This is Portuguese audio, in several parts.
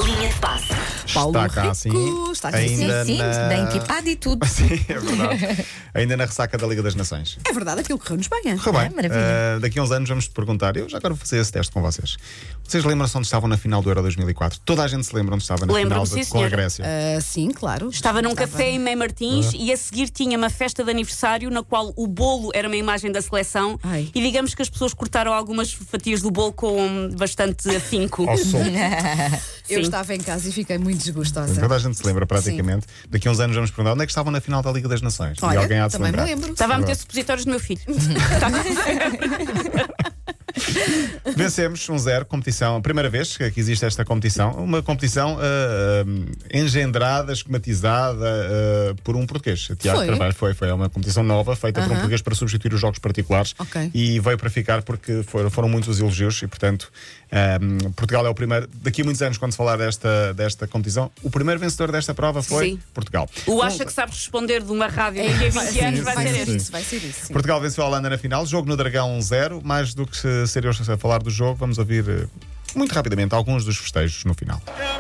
Linha de passe. Paulo Está cá, Rico, sim. está aqui, Ainda Sim, na- bem equipado e tudo. Sim, é verdade. Ainda na ressaca da Liga das Nações. É verdade, aquilo correu-nos bem. É? Correu bem. maravilha. Daqui a uns anos vamos te perguntar. Eu já quero fazer esse teste com vocês. Vocês lembram-se onde estavam na final do Euro 2004? Toda a gente se lembra onde estava na final Lembro-me, sim, com a senhora. Grécia. Sim, claro. Estava num café em Mãe Martins e a seguir tinha uma festa de aniversário na qual o bolo era uma imagem da seleção. Ai. E digamos que as pessoas cortaram algumas fatias do bolo com bastante afinco. Ao som. Eu Sim. estava em casa e fiquei muito desgostosa. Toda a gente se lembra praticamente. Daqui a uns anos vamos perguntar onde é que estavam na final da Liga das Nações. E Olha, alguém há de se também me lembrar. lembro. Estava a meter supositórios no meu filho. Vencemos 1-0, competição, primeira vez que existe esta competição, uma competição engendrada, esquematizada por um português. Tiago Foi? Carvalho foi uma competição nova, feita por um português para substituir os jogos particulares. Ok. E veio para ficar porque foram muitos os elogios e, portanto, Portugal é o primeiro. Daqui a muitos anos, quando se falar desta competição, o primeiro vencedor desta prova foi Sim. Portugal. O acha que sabes responder de uma rádio daqui a 20 anos vai ser este. isso, vai ser isso. Sim. Portugal venceu a Holanda na final, jogo no Dragão 1-0. Mais do que ser eu a falar do jogo, vamos ouvir muito rapidamente alguns dos festejos no final.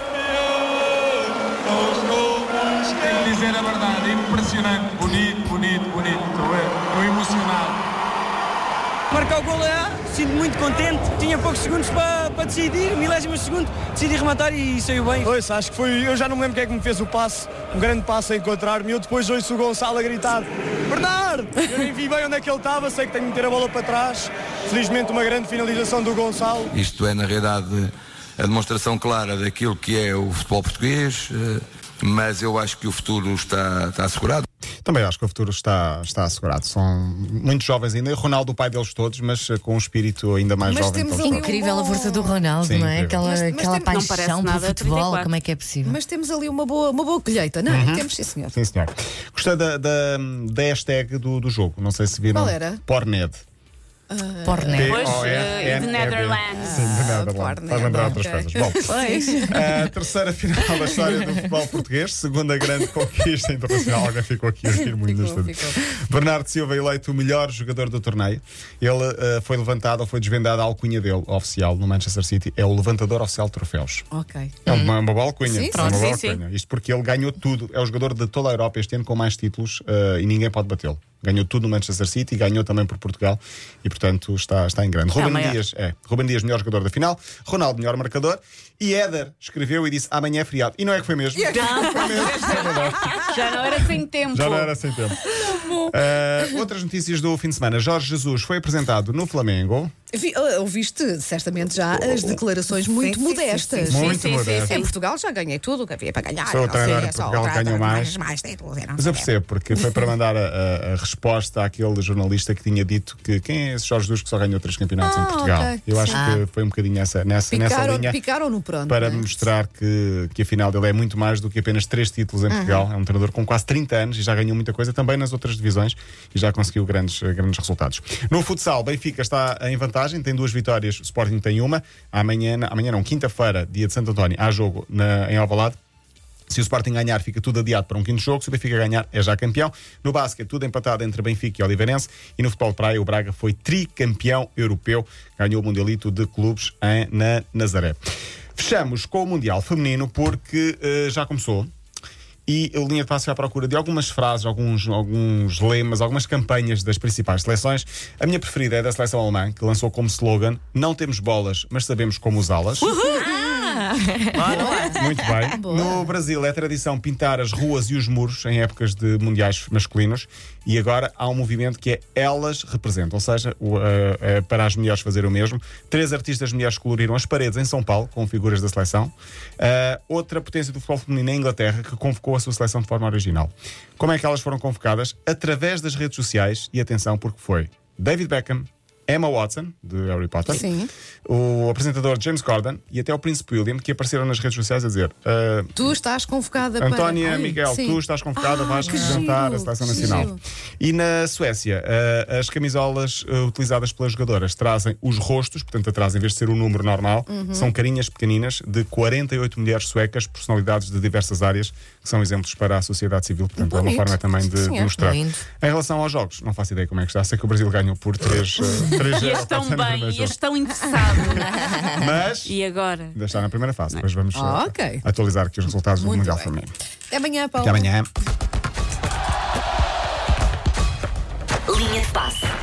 Tenho que dizer a verdade, impressionante, bonito. Estou emocionado. Marcar o gol sinto muito contente. Tinha poucos segundos para decidir, milésimos de segundo, decidi rematar e saiu bem. Pois, acho que foi. Eu já não me lembro quem é que me fez o passe, um grande passe a encontrar-me. Eu depois ouço o Gonçalo a gritar: Bernardo! Eu nem vi bem onde é que ele estava, sei que tenho que meter a bola para trás. Felizmente, uma grande finalização do Gonçalo. Isto é, na realidade, a demonstração clara daquilo que é o futebol português, mas eu acho que o futuro está assegurado. Também acho que o futuro está assegurado. São muitos jovens ainda. Ronaldo, o pai deles todos, mas com um espírito ainda mais Mas jovem. temos que eles ali todos. Incrível a força do Ronaldo, Sim, não é? incrível. Aquela Mas aquela temos- não parece paixão nada pelo futebol, 34. como é que é possível? Mas temos ali uma boa colheita, não é? Temos, sim, senhor. Sim, senhor. Gostei da hashtag do jogo. Não sei se viram. Qual era? Porned. Porné. Pois, P-O-R-N-E-D. de Netherlands. Sim, de Netherlands. Porned. Faz lembrar outras Ok. coisas. Bom, a terceira final da história do futebol português, segunda grande conquista internacional. Alguém ficou aqui a rir muito no estúdio. Ficou. Bernardo Silva eleito o melhor jogador do torneio. Ele foi levantado, ou foi desvendada a alcunha dele, oficial, no Manchester City. É o levantador oficial de troféus. Ok. É uma boa alcunha. Sim, É uma sim, boa sim. alcunha. Isto porque ele ganhou tudo. É o jogador de toda a Europa este ano com mais títulos e ninguém pode batê-lo. Ganhou tudo no Manchester City, ganhou também por Portugal e, portanto, está em grande. o maior. Ruben Dias, melhor jogador da final. Ronaldo, melhor marcador. E Éder escreveu e disse: amanhã é feriado. E não é que foi mesmo. Já não era sem tempo. Já não era sem tempo. Outras notícias do fim de semana. Jorge Jesus foi apresentado no Flamengo. Ouviste certamente já as declarações muito sim, modestas. Muito modesto. Em Portugal já ganhei tudo o que havia para ganhar. Sou o não sei, treinador é de só Portugal o que ganhou treinador, mais. títulos, eu não Mas sei. eu percebo, porque foi para mandar a resposta àquele jornalista que tinha dito que quem é esse Jorge Jesus que só ganhou 3 campeonatos em Portugal. ok. Eu acho que foi um bocadinho nessa linha. Picaram-no pronto. Para não é? mostrar que a final dele é muito mais do que apenas 3 títulos em Portugal. É um treinador com quase 30 anos e já ganhou muita coisa também nas outras divisões e já conseguiu grandes resultados. No futsal, Benfica está em vantagem, tem 2 vitórias, o Sporting tem uma. Amanhã não, quinta-feira, dia de Santo António, há jogo em Alvalade. Se o Sporting ganhar, fica tudo adiado para um quinto jogo. Se o Benfica ganhar, é já campeão. No basquete, tudo empatado entre Benfica e Oliveirense. E no futebol de praia, o Braga foi tricampeão europeu. Ganhou o Mundialito de Clubes na Nazaré. Fechamos com o Mundial Feminino porque já começou. E a linha de passe vai à procura de algumas frases, alguns lemas, algumas campanhas das principais seleções. A minha preferida é da seleção alemã, que lançou como slogan: não temos bolas, mas sabemos como usá-las. Muito bem. No Brasil é tradição pintar as ruas e os muros em épocas de mundiais masculinos e agora há um movimento que é Elas Representam, ou seja, para as mulheres fazer o mesmo. 3 artistas mulheres coloriram as paredes em São Paulo com figuras da seleção. Outra potência do futebol feminino é a Inglaterra, que convocou a sua seleção de forma original. Como é que elas foram convocadas? Através das redes sociais, e atenção porque foi David Beckham, Emma Watson, de Harry Potter, Sim. o apresentador James Corden e até o Príncipe William, que apareceram nas redes sociais a dizer Tu estás convocada Antónia, para... Miguel, sim. tu estás convocada, vais que representar giro, a Seleção que Nacional. giro. E na Suécia, as camisolas utilizadas pelas jogadoras trazem os rostos, portanto atrás, em vez de ser o número normal, são carinhas pequeninas de 48 mulheres suecas, personalidades de diversas áreas, que são exemplos para a sociedade civil, portanto é uma Bonito. forma também de Sim, mostrar. lindo. Em relação aos jogos, não faço ideia como é que está, sei que o Brasil ganhou por 3 Ias tão bem, ias tão interessado. Mas E agora? ainda está na primeira fase. Depois vamos Ok. atualizar aqui os resultados do Muito Mundial bem. Feminino. Até amanhã, Paulo. Até amanhã. Linha de passe.